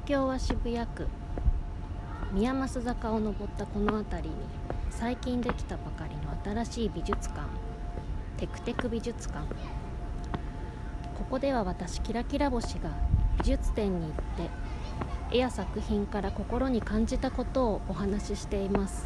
京は渋谷区宮益坂を登ったこの辺りに最近できたばかりの新しい美術館、テクテク美術館。ここでは私キラキラ星が美術展に行って絵や作品から心に感じたことをお話ししています。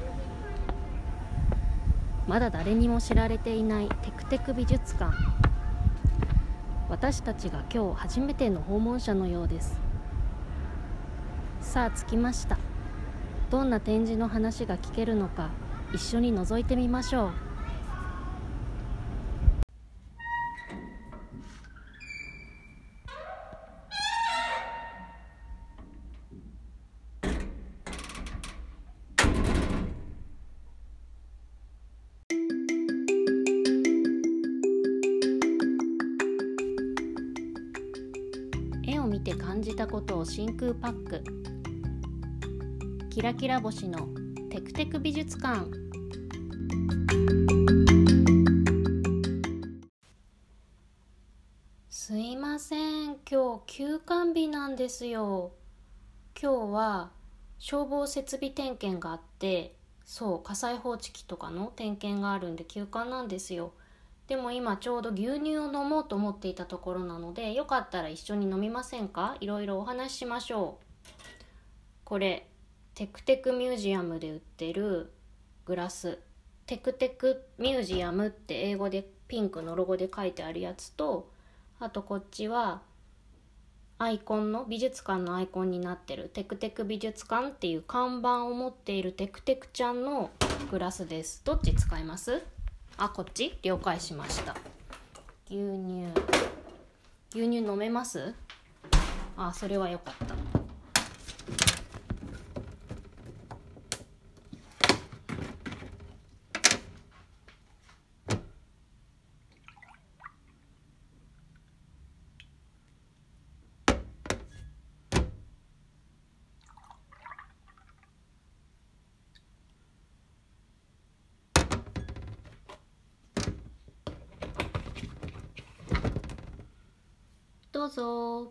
まだ誰にも知られていないテクテク美術館。私たちが今日初めての訪問者のようです。さあ着きました。どんな展示の話が聞けるのか一緒に覗いてみましょう。絵を見て感じたことを真空パック。キラキラ星のテクテク美術館。すいません、今日休館日なんですよ。今日は消防設備点検があって、火災報知器とかの点検があるんで休館なんですよ。でも今ちょうど牛乳を飲もうと思っていたところなので、よかったら一緒に飲みませんか？いろいろお話ししましょう。これテクテクミュージアムで売ってるグラス、テクテクミュージアムって英語でピンクのロゴで書いてあるやつと、あとこっちはアイコンの美術館のアイコンになってるテクテク美術館っていう看板を持っているテクテクちゃんのグラスです。どっち使います？こっち？了解しました。牛乳飲めます？それはよかった。どうぞ。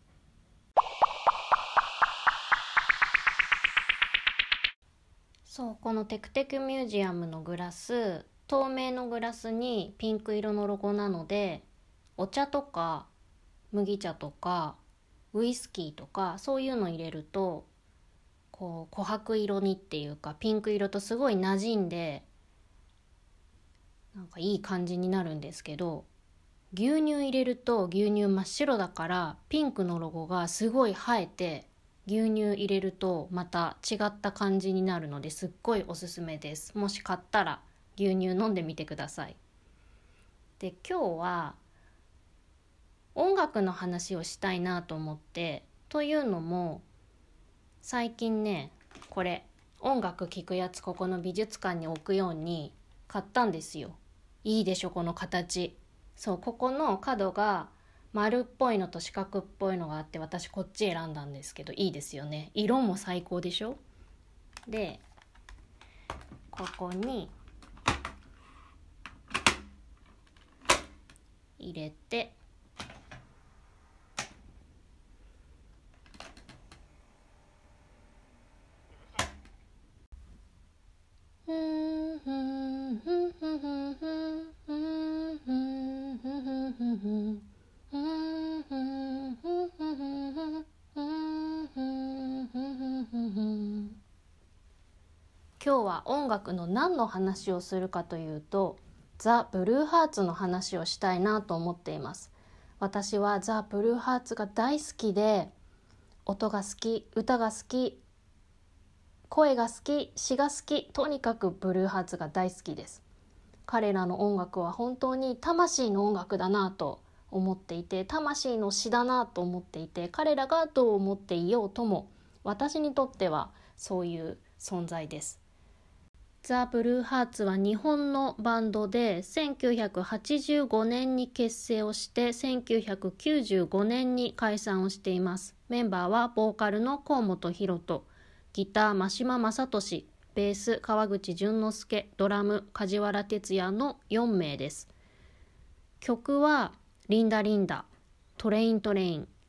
このテクテクミュージアムのグラス、透明のグラスにピンク色のロゴなので、お茶とか麦茶とかウイスキーとかそういうの入れると琥珀色にっていうかピンク色とすごい馴染んで、なんかいい感じになるんですけど、牛乳入れると牛乳真っ白だからピンクのロゴがすごい映えて、牛乳入れるとまた違った感じになるので、すっごいおすすめです。もし買ったら牛乳飲んでみてください。で、今日は音楽の話をしたいなと思って、というのも最近ね、これ音楽聴くやつ、ここの美術館に置くように買ったんですよ。いいでしょこの形。ここの角が丸っぽいのと四角っぽいのがあって、私こっち選んだんですけど、いいですよね。色も最高でしょ。で、ここに入れて、今日は音楽の何の話をするかというと、ザ・ブルーハーツの話をしたいなと思っています。私はザ・ブルーハーツが大好きで、音が好き、歌が好き、声が好き、詩が好き、とにかくブルーハーツが大好きです。彼らの音楽は本当に魂の音楽だなと思っていて、魂の詩だなと思っていて、彼らがどう思っていようとも私にとってはそういう存在です。ザ・ブルーハーツは日本のバンドで1985年に結成をして1995年に解散をしています。メンバーはボーカルの河本大翔、ギター真島正俊、ベース川口淳之介、ドラム梶原哲也の4名です。曲はリンダリンダ、トレイントレイン、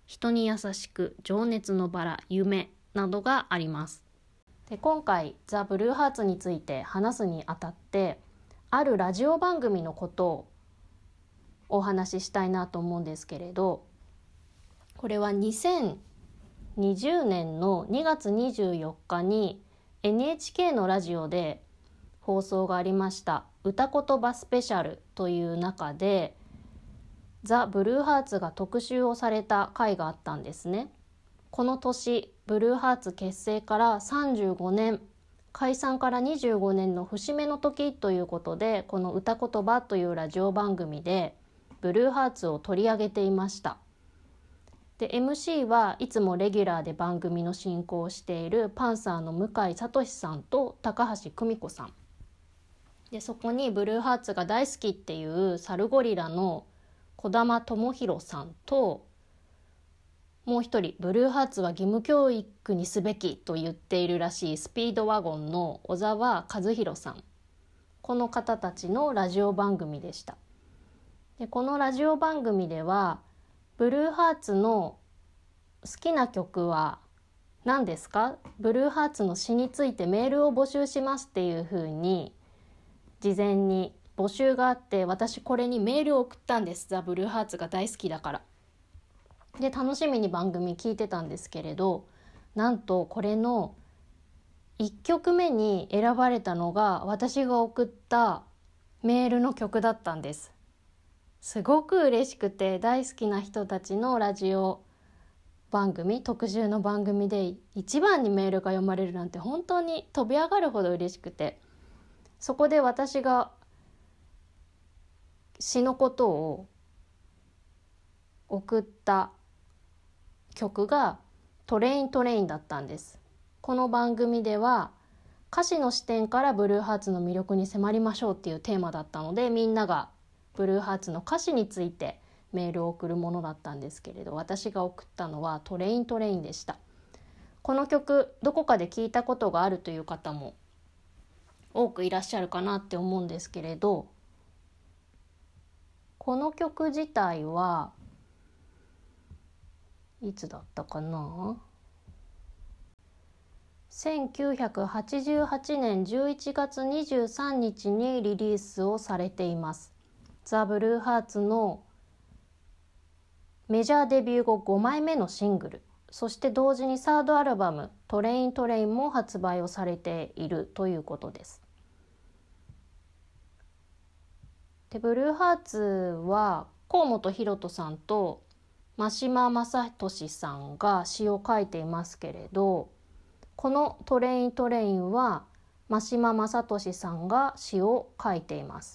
人に優しく、情熱のバラ、夢などがあります。で、今回ザ・ブルーハーツについて話すにあたって、あるラジオ番組のことをお話ししたいなと思うんですけれど、これは2020年の2月24日に NHK のラジオで放送がありました歌言葉スペシャルという中でザ・ブルーハーツが特集をされた回があったんですね。この年ブルーハーツ結成から35年、解散から25年の節目の時ということで、この歌言葉というラジオ番組でブルーハーツを取り上げていました。で MC はいつもレギュラーで番組の進行をしているパンサーの向井聡さんと高橋久美子さんで、そこにブルーハーツが大好きっていうサルゴリラの児玉智弘さんと、もう一人ブルーハーツは義務教育にすべきと言っているらしいスピードワゴンの小沢和弘さん、この方たちのラジオ番組でした。でこのラジオ番組ではブルーハーツの好きな曲は何ですか、ブルーハーツの詩についてメールを募集しますっていう風に事前に募集があって、私これにメールを送ったんです。ザ・ブルーハーツが大好きだから。で楽しみに番組聞いてたんですけれど、なんとこれの1曲目に選ばれたのが私が送ったメールの曲だったんです。すごく嬉しくて、大好きな人たちのラジオ番組、特集の番組で一番にメールが読まれるなんて本当に飛び上がるほど嬉しくて、そこで私が詩のことを送った曲がトレイントレインだったんです。この番組では歌詞の視点からブルーハーツの魅力に迫りましょうっていうテーマだったので、みんながブルーハーツの歌詞についてメールを送るものだったんですけれど、私が送ったのはトレイントレインでした。この曲どこかで聞いたことがあるという方も多くいらっしゃるかなって思うんですけれど、この曲自体はいつだったかな、1988年11月23日にリリースをされています。ザ・ブルーハーツのメジャーデビュー後5枚目のシングル、そして同時にサードアルバムトレイントレインも発売をされているということです。でブルーハーツは河本大翔さんと真島正俊さんが詩を書いていますけれど、このトレイントレインは真島正俊さんが詩を書いています。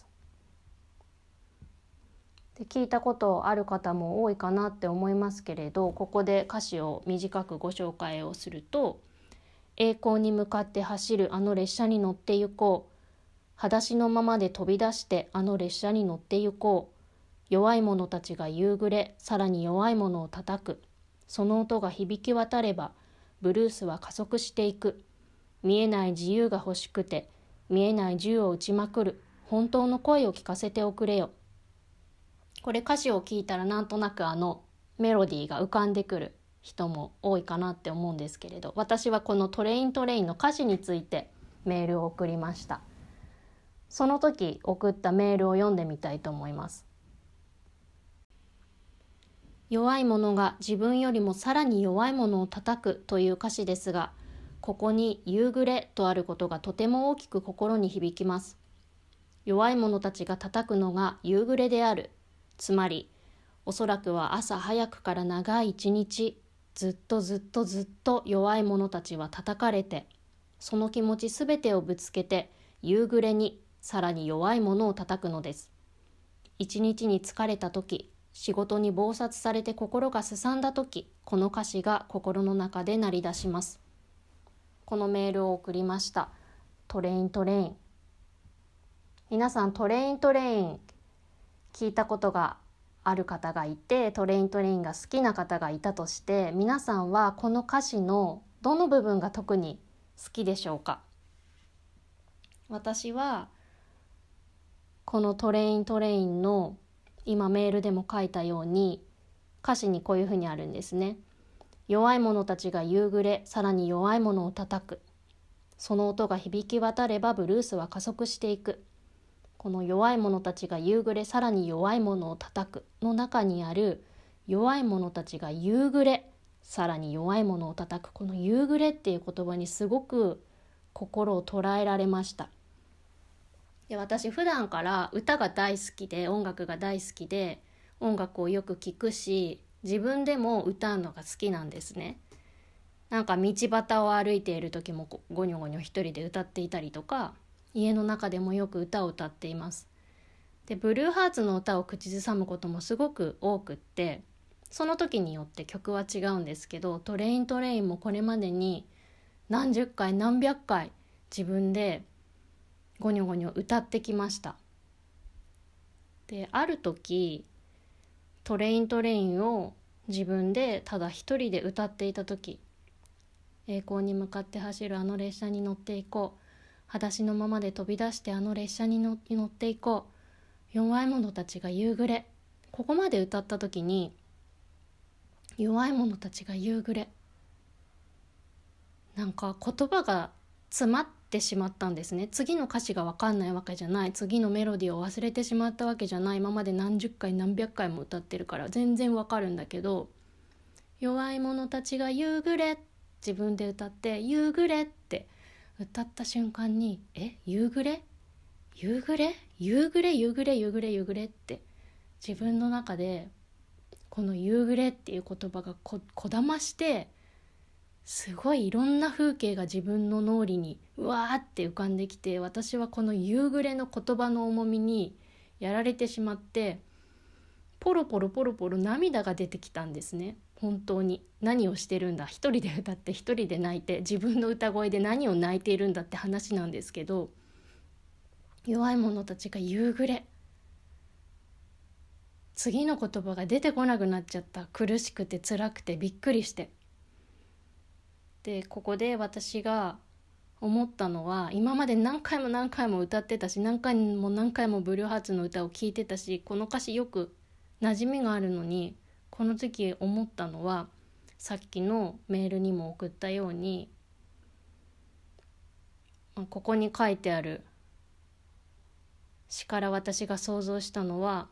で聞いたことある方も多いかなって思いますけれど、ここで歌詞を短くご紹介をすると、栄光に向かって走るあの列車に乗って行こう、裸足のままで飛び出してあの列車に乗って行こう、弱い者たちが夕暮れ、さらに弱い者を叩く、その音が響き渡ればブルースは加速していく、見えない自由が欲しくて見えない銃を撃ちまくる、本当の声を聞かせておくれよ。これ歌詞を聞いたらなんとなくあのメロディーが浮かんでくる人も多いかなって思うんですけれど、私はこのトレイントレインの歌詞についてメールを送りました。その時送ったメールを読んでみたいと思います。弱い者が自分よりもさらに弱い者を叩くという歌詞ですが、ここに夕暮れとあることがとても大きく心に響きます。弱い者たちが叩くのが夕暮れである。つまり、おそらくは朝早くから長い一日、ずっとずっとずっと弱い者たちは叩かれて、その気持ちすべてをぶつけて、夕暮れにさらに弱い者を叩くのです。一日に疲れた時、仕事に忙殺されて心がすさんだ時、この歌詞が心の中で鳴り出します。このメールを送りました。トレイントレイン。皆さんトレイントレイン聞いたことがある方がいて、トレイントレインが好きな方がいたとして、皆さんはこの歌詞のどの部分が特に好きでしょうか。私はこのトレイントレインの今メールでも書いたように、 歌詞にこういうふうにあるんですね。弱い者たちが夕暮れ、さらに弱い者を叩く。その音が響き渡ればブルースは加速していく。この弱い者たちが夕暮れ、さらに弱い者を叩くの中にある弱い者たちが夕暮れ、さらに弱い者を叩く、この夕暮れっていう言葉にすごく心を捉えられました。で、私普段から歌が大好きで、音楽が大好きで、音楽をよく聴くし、自分でも歌うのが好きなんですね。なんか道端を歩いている時もゴニョゴニョ一人で歌っていたりとか、家の中でもよく歌を歌っています。で、ブルーハーツの歌を口ずさむこともすごく多くって、その時によって曲は違うんですけど、トレイントレインもこれまでに何十回何百回自分でゴニョゴニョ歌ってきました。で、ある時トレイントレインを自分でただ一人で歌っていた時、栄光に向かって走るあの列車に乗っていこう、裸足のままで飛び出してあの列車に乗っていこう、弱い者たちが夕暮れ、ここまで歌った時に、弱い者たちが夕暮れ、なんか言葉が詰まってしまったんですね。次の歌詞が分かんないわけじゃない、次のメロディーを忘れてしまったわけじゃない、今まで何十回何百回も歌ってるから全然分かるんだけど、弱い者たちが夕暮れ、自分で歌って夕暮れって歌った瞬間に、夕暮れ夕暮れ夕暮れ夕暮れ夕暮れ夕暮れって自分の中でこの夕暮れっていう言葉がこだまして、すごいいろんな風景が自分の脳裏にうわーって浮かんできて、私はこの夕暮れの言葉の重みにやられてしまって、ポロポロポロポロ涙が出てきたんですね。本当に何をしてるんだ、一人で歌って一人で泣いて、自分の歌声で何を泣いているんだって話なんですけど、弱い者たちが夕暮れ、次の言葉が出てこなくなっちゃった。苦しくて辛くてびっくりして。で、ここで私が思ったのは、今まで何回も何回も歌ってたし、何回も何回もブルーハーツの歌を聴いてたし、この歌詞よく馴染みがあるのに、この時思ったのは、さっきのメールにも送ったように、ここに書いてある詩から私が想像したのは、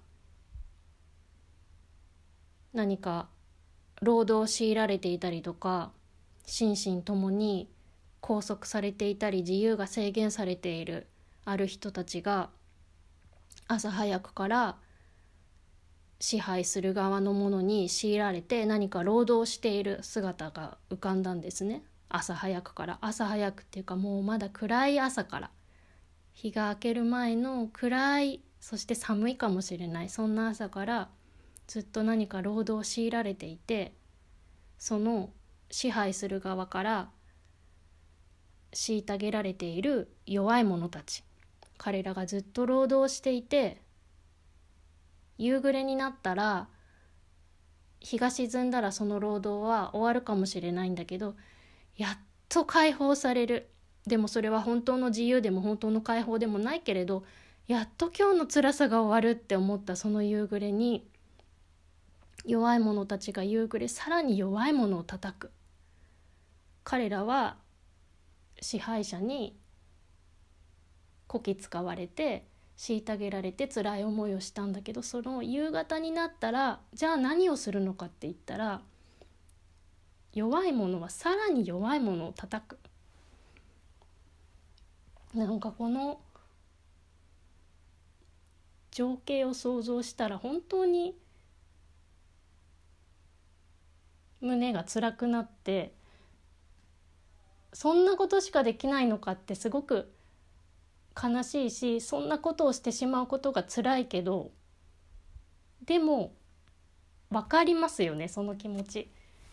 何か労働を強いられていたりとか、心身ともに拘束されていたり、自由が制限されているある人たちが、朝早くから支配する側のものに強いられて何か労働している姿が浮かんだんですね。朝早くから、朝早くっていうかもうまだ暗い朝から、日が明ける前の暗い、そして寒いかもしれない、そんな朝からずっと何か労働を強いられていて、その支配する側から虐げられている弱い者たち、彼らがずっと労働していて、夕暮れになったら、日が沈んだらその労働は終わるかもしれないんだけど、やっと解放される。でもそれは本当の自由でも本当の解放でもないけれど、やっと今日の辛さが終わるって思ったその夕暮れに、弱い者たちが夕暮れ、さらに弱い者を叩く。彼らは支配者にこき使われて虐げられて辛い思いをしたんだけど、その夕方になったらじゃあ何をするのかって言ったら、弱い者はさらに弱い者を叩く。なんかこの情景を想像したら本当に胸が辛くなって、そんなことしかできないのかってすごく悲しいし、そんなことをしてしまうことが辛いけど、でも分かりますよね、その気持ち。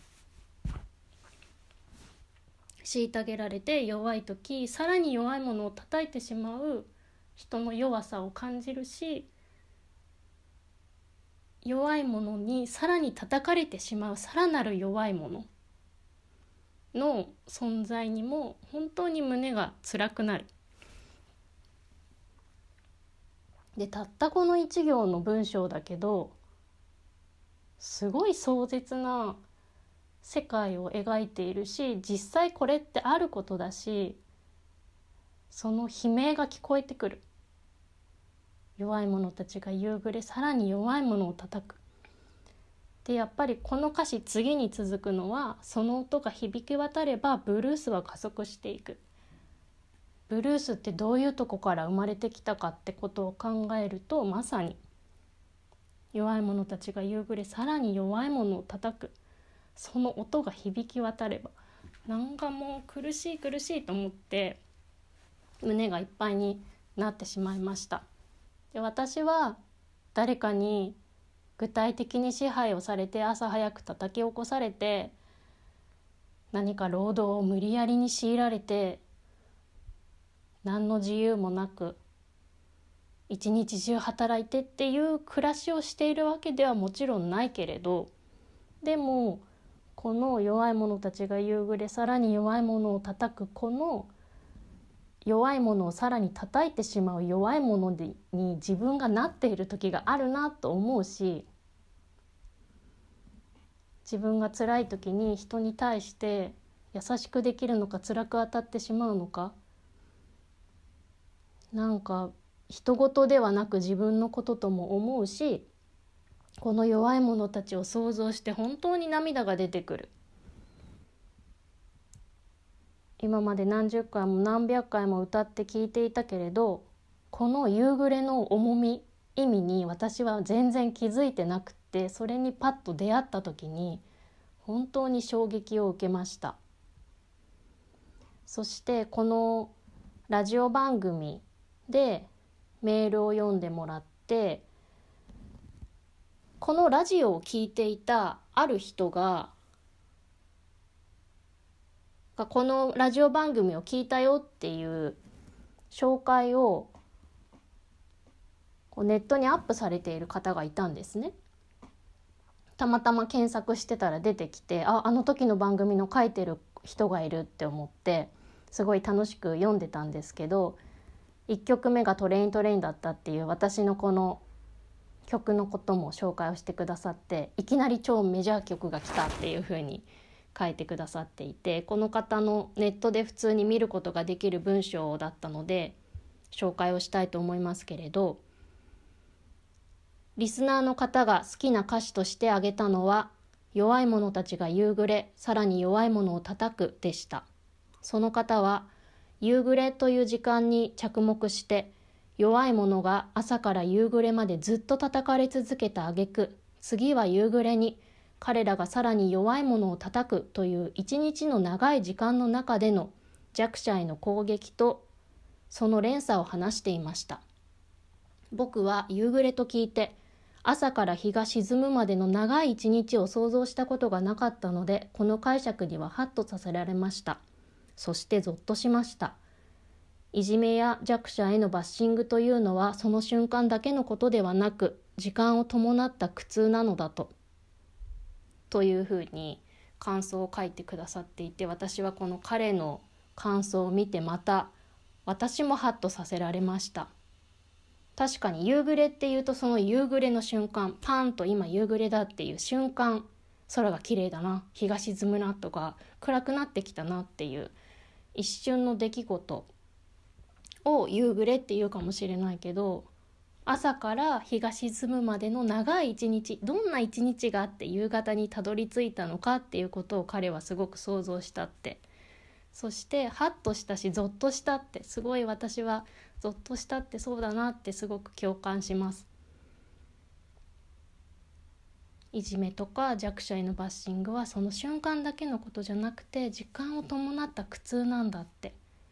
虐げられて弱い時、さらに弱いものを叩いてしまう人の弱さを感じるし、弱いものにさらに叩かれてしまうさらなる弱いものの存在にも本当に胸が辛くなる。で、たったこの一行の文章だけど、 すごい壮絶な世界を描いているし、実際これってあることだし、その悲鳴が聞こえてくる。弱い者たちが夕暮れ、さらに弱い者を叩く。でやっぱりこの歌詞次に続くのは、その音が響き渡ればブルースは加速していく。ブルースってどういうとこから生まれてきたかってことを考えると、まさに弱い者たちが夕暮れ、さらに弱い者を叩く、その音が響き渡れば、なんかもう苦しい苦しいと思って胸がいっぱいになってしまいました。で私は誰かに具体的に支配をされて、朝早く叩き起こされて、何か労働を無理やりに強いられて、何の自由もなく一日中働いてっていう暮らしをしているわけではもちろんないけれど、でもこの弱い者たちが夕暮れ、さらに弱い者を叩く、この弱い者をさらに叩いてしまう弱い者に自分がなっている時があるなと思うし、自分が辛い時に人に対して優しくできるのか、辛く当たってしまうのか、なんか人事ではなく自分のこととも思うし、この弱い者たちを想像して本当に涙が出てくる。今まで何十回も何百回も歌って聞いていたけれど、この夕暮れの重み、意味に私は全然気づいてなくて、それにパッと出会った時に本当に衝撃を受けました。そしてこのラジオ番組でメールを読んでもらって、このラジオを聞いていたある人がこのラジオ番組を聞いたよっていう紹介をネットにアップされている方がいたんですね。たまたま検索してたら出てきて、あの時の番組の書いてる人がいるって思って、すごい楽しく読んでたんですけど、1曲目がトレイントレインだったっていう私のこの曲のことも紹介をしてくださって、いきなり超メジャー曲が来たっていう風に書いてくださっていて、この方のネットで普通に見ることができる文章だったので紹介をしたいと思いますけれど、リスナーの方が好きな歌詞として挙げたのは、弱い者たちが夕暮れ、さらに弱い者を叩くでした。その方は夕暮れという時間に着目して、弱い者が朝から夕暮れまでずっと叩かれ続けた挙句、次は夕暮れに彼らがさらに弱い者を叩くという一日の長い時間の中での弱者への攻撃とその連鎖を話していました。僕は夕暮れと聞いて、朝から日が沈むまでの長い一日を想像したことがなかったので、この解釈にはハッとさせられました。そしてゾッとしました。いじめや弱者へのバッシングというのはその瞬間だけのことではなく、時間を伴った苦痛なのだというふうに感想を書いてくださっていて、私はこの彼の感想を見てまた私もハッとさせられました。確かに夕暮れっていうと、その夕暮れの瞬間、パンと今夕暮れだっていう瞬間、空が綺麗だな、日が沈むなとか暗くなってきたなっていう一瞬の出来事を夕暮れっていうかもしれないけど、朝から日が沈むまでの長い一日、どんな一日があって夕方にたどり着いたのかっていうことを彼はすごく想像したって、そしてハッとしたしゾッとしたって、すごい私はゾッとしたってそうだなってすごく共感します。いじめとか弱者へのバッシングはその瞬間だけのことじゃなくて、時間を伴った苦痛なんだって。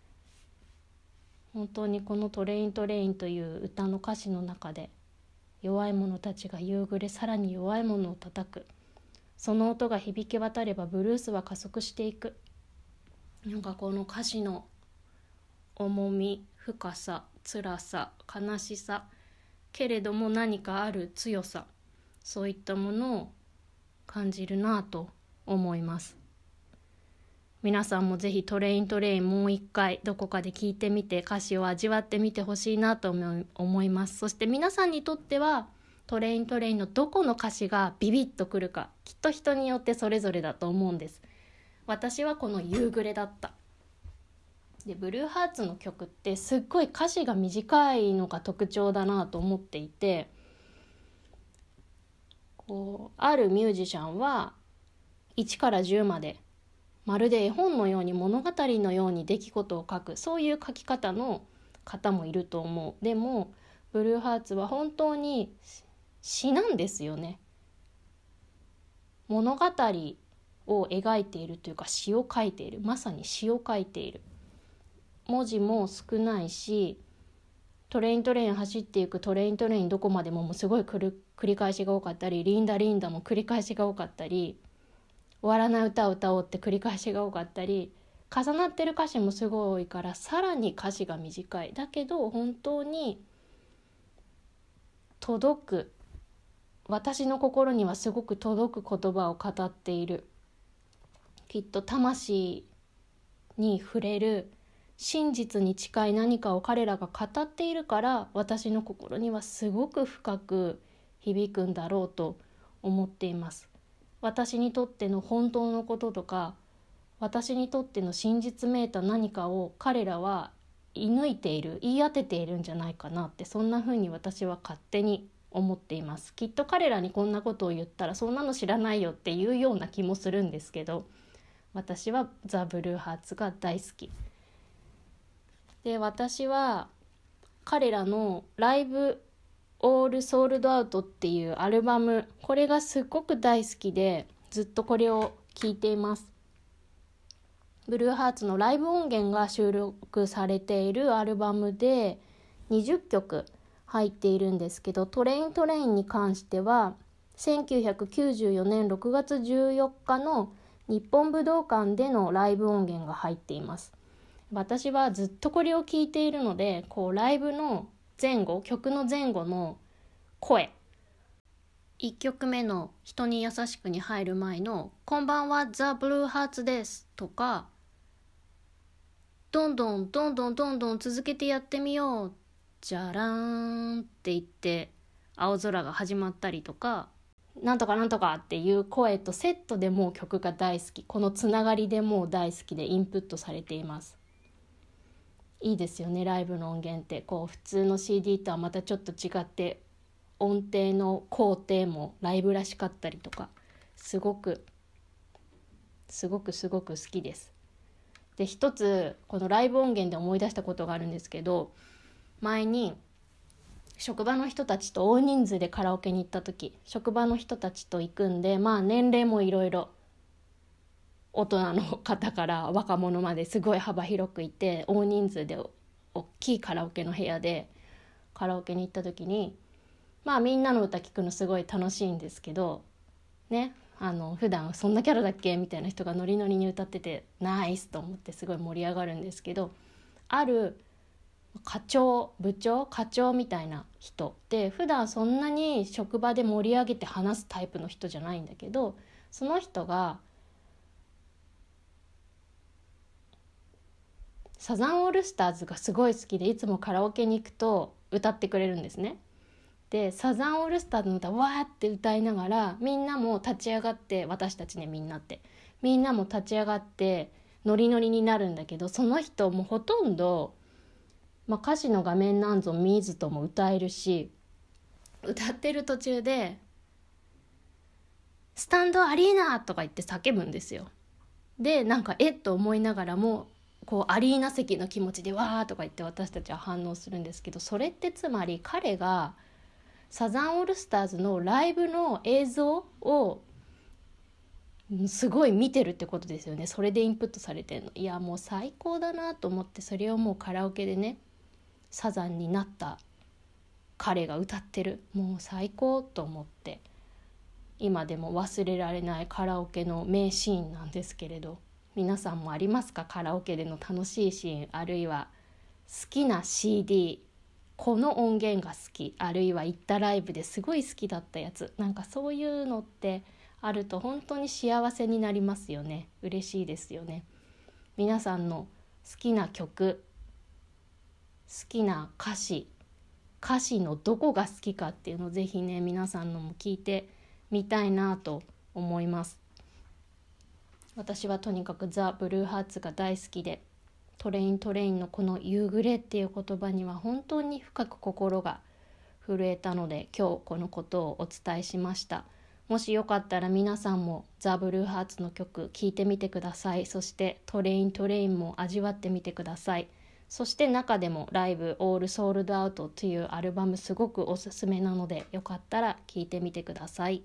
本当にこのトレイントレインという歌の歌詞の中で、弱い者たちが夕暮れ、さらに弱い者を叩く、その音が響き渡ればブルースは加速していく。なんかこの歌詞の重み、深さ、辛さ、悲しさ、けれども何かある強さ、そういったものを感じるなと思います。皆さんもぜひトレイントレインもう一回どこかで聞いてみて、歌詞を味わってみてほしいなと思います。そして皆さんにとってはトレイントレインのどこの歌詞がビビッとくるか、きっと人によってそれぞれだと思うんです。私はこの夕暮れだった。でブルーハーツの曲ってすっごい歌詞が短いのが特徴だなと思っていて、あるミュージシャンは1から10までまるで絵本のように物語のように出来事を書く、そういう書き方の方もいると思う。でもブルーハーツは本当に詩なんですよね。物語を描いているというか、詩を書いている、まさに詩を書いている。文字も少ないし、トレイントレイン走っていく、トレイントレインどこまでももうすごい繰り返しが多かったり、リンダリンダも繰り返しが多かったり、終わらない歌を歌おうって繰り返しが多かったり、重なってる歌詞もすごい多いから、さらに歌詞が短い。だけど本当に届く、私の心にはすごく届く言葉を語っている。きっと魂に触れる、真実に近い何かを彼らが語っているから、私の心にはすごく深く響くんだろうと思っています。私にとっての本当のこととか、私にとっての真実めいた何かを彼らは言い抜いている、言い当てているんじゃないかなって、そんな風に私は勝手に思っています。きっと彼らにこんなことを言ったら、そんなの知らないよっていうような気もするんですけど、私はザ・ブルーハーツが大好きで、私は彼らのライブオールソールドアウトっていうアルバム、これがすっごく大好きで、ずっとこれを聴いています。ブルーハーツのライブ音源が収録されているアルバムで20曲入っているんですけど、トレイントレインに関しては1994年6月14日の日本武道館でのライブ音源が入っています。私はずっとこれを聞いているので、ライブの前後、曲の前後の声、1曲目の人に優しくに入る前のこんばんはザ・ブルーハーツですとか、どんどんどんどんどんどん続けてやってみようじゃらーんって言って青空が始まったりとか、なんとかなんとかっていう声とセットでもう曲が大好き、このつながりでもう大好きでインプットされています。いいですよね、ライブの音源って。普通の CD とはまたちょっと違って、音程の工程もライブらしかったりとか、すごく好きです。で、一つこのライブ音源で思い出したことがあるんですけど、前に職場の人たちと大人数でカラオケに行った時、職場の人たちと行くんで、年齢もいろいろ、大人の方から若者まですごい幅広くいて、大人数で大きいカラオケの部屋でカラオケに行った時に、みんなの歌聞くのすごい楽しいんですけどね、普段そんなキャラだっけみたいな人がノリノリに歌っててナイスと思ってすごい盛り上がるんですけど、ある課長みたいな人で、普段そんなに職場で盛り上げて話すタイプの人じゃないんだけど、その人がサザンオールスターズがすごい好きで、いつもカラオケに行くと歌ってくれるんですね。でサザンオールスターズの歌わーって歌いながら、みんなも立ち上がって、私たちね、みんなも立ち上がってノリノリになるんだけど、その人もほとんど、歌詞の画面なんぞ見ずとも歌えるし、歌ってる途中でスタンドアリーナとか言って叫ぶんですよ。でっと思いながらもアリーナ席の気持ちでわーとか言って私たちは反応するんですけど、それってつまり彼がサザンオールスターズのライブの映像をすごい見てるってことですよね。それでインプットされてるの。いやもう最高だなと思って、それをもうカラオケでね、サザンになった彼が歌ってる、もう最高と思って、今でも忘れられないカラオケの名シーンなんですけれど、皆さんもありますか？カラオケでの楽しいシーン、あるいは好きな CD、 この音源が好き、あるいは行ったライブですごい好きだったやつ、そういうのってあると本当に幸せになりますよね。嬉しいですよね。皆さんの好きな曲、好きな歌詞、 歌詞のどこが好きかっていうのをぜひね皆さんのも聞いてみたいなと思います。私はとにかくザ・ブルーハーツが大好きで、トレインのこの夕暮れっていう言葉には本当に深く心が震えたので、今日このことをお伝えしました。もしよかったら皆さんもザ・ブルーハーツの曲聴いてみてください。そしてトレインも味わってみてください。そして中でもライブオールソールドアウトというアルバムすごくおすすめなので、よかったら聴いてみてください。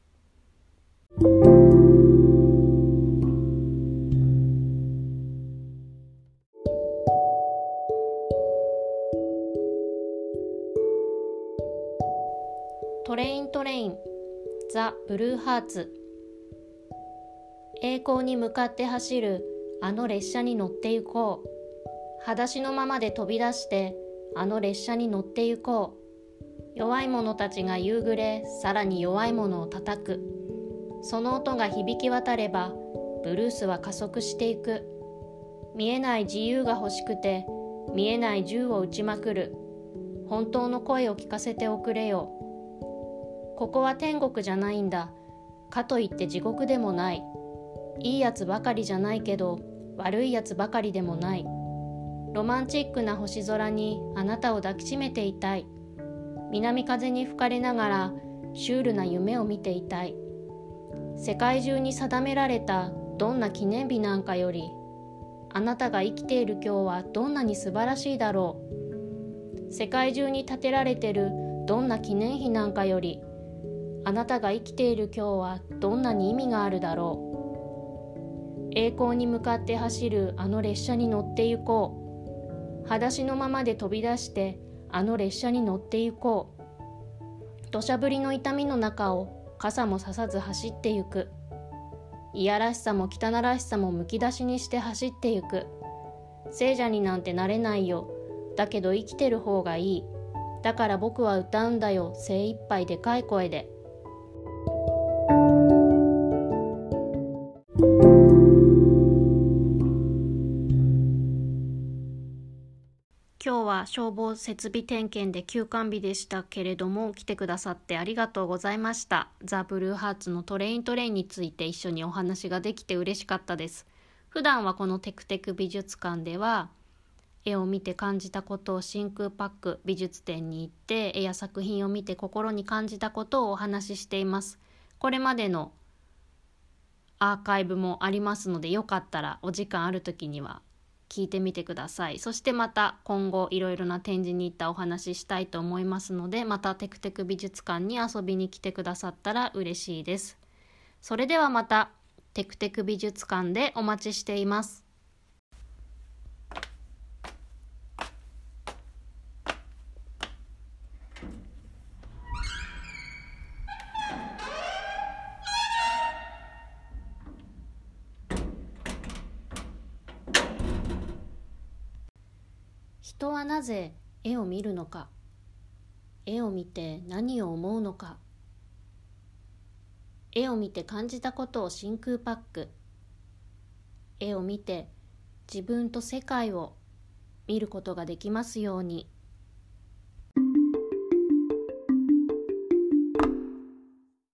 トレインザ・ブルーハーツ。栄光に向かって走るあの列車に乗って行こう。裸足のままで飛び出してあの列車に乗って行こう。弱い者たちが夕暮れ、さらに弱い者を叩く。その音が響き渡ればブルースは加速していく。見えない自由が欲しくて見えない銃を撃ちまくる。本当の声を聞かせておくれよ。ここは天国じゃないんだ。かといって地獄でもない。いいやつばかりじゃないけど悪いやつばかりでもない。ロマンチックな星空にあなたを抱きしめていたい。南風に吹かれながらシュールな夢を見ていたい。世界中に定められたどんな記念日なんかより、あなたが生きている今日はどんなに素晴らしいだろう。世界中に建てられてるどんな記念碑なんかより、あなたが生きている今日はどんなに意味があるだろう。栄光に向かって走るあの列車に乗って行こう。裸足のままで飛び出してあの列車に乗って行こう。土砂降りの痛みの中を傘もささず走って行く。いやらしさも汚らしさもむき出しにして走って行く。聖者になんてなれないよ。だけど生きてる方がいい。だから僕は歌うんだよ、精一杯でかい声で。今日は消防設備点検で休館日でしたけれども、来てくださってありがとうございました。ザ・ブルーハーツのトレインについて一緒にお話ができて嬉しかったです。普段はこのテクテク美術館では絵を見て感じたことを真空パック美術展に行って絵や作品を見て心に感じたことをお話ししています。これまでのアーカイブもありますので、よかったらお時間ある時には聞いてみてください。そしてまた今後いろいろな展示に行ったお話ししたいと思いますので、またテクテク美術館に遊びに来てくださったら嬉しいです。それではまたテクテク美術館でお待ちしています。人はなぜ絵を見るのか。絵を見て何を思うのか。絵を見て感じたことを真空パック。絵を見て自分と世界を見ることができますように。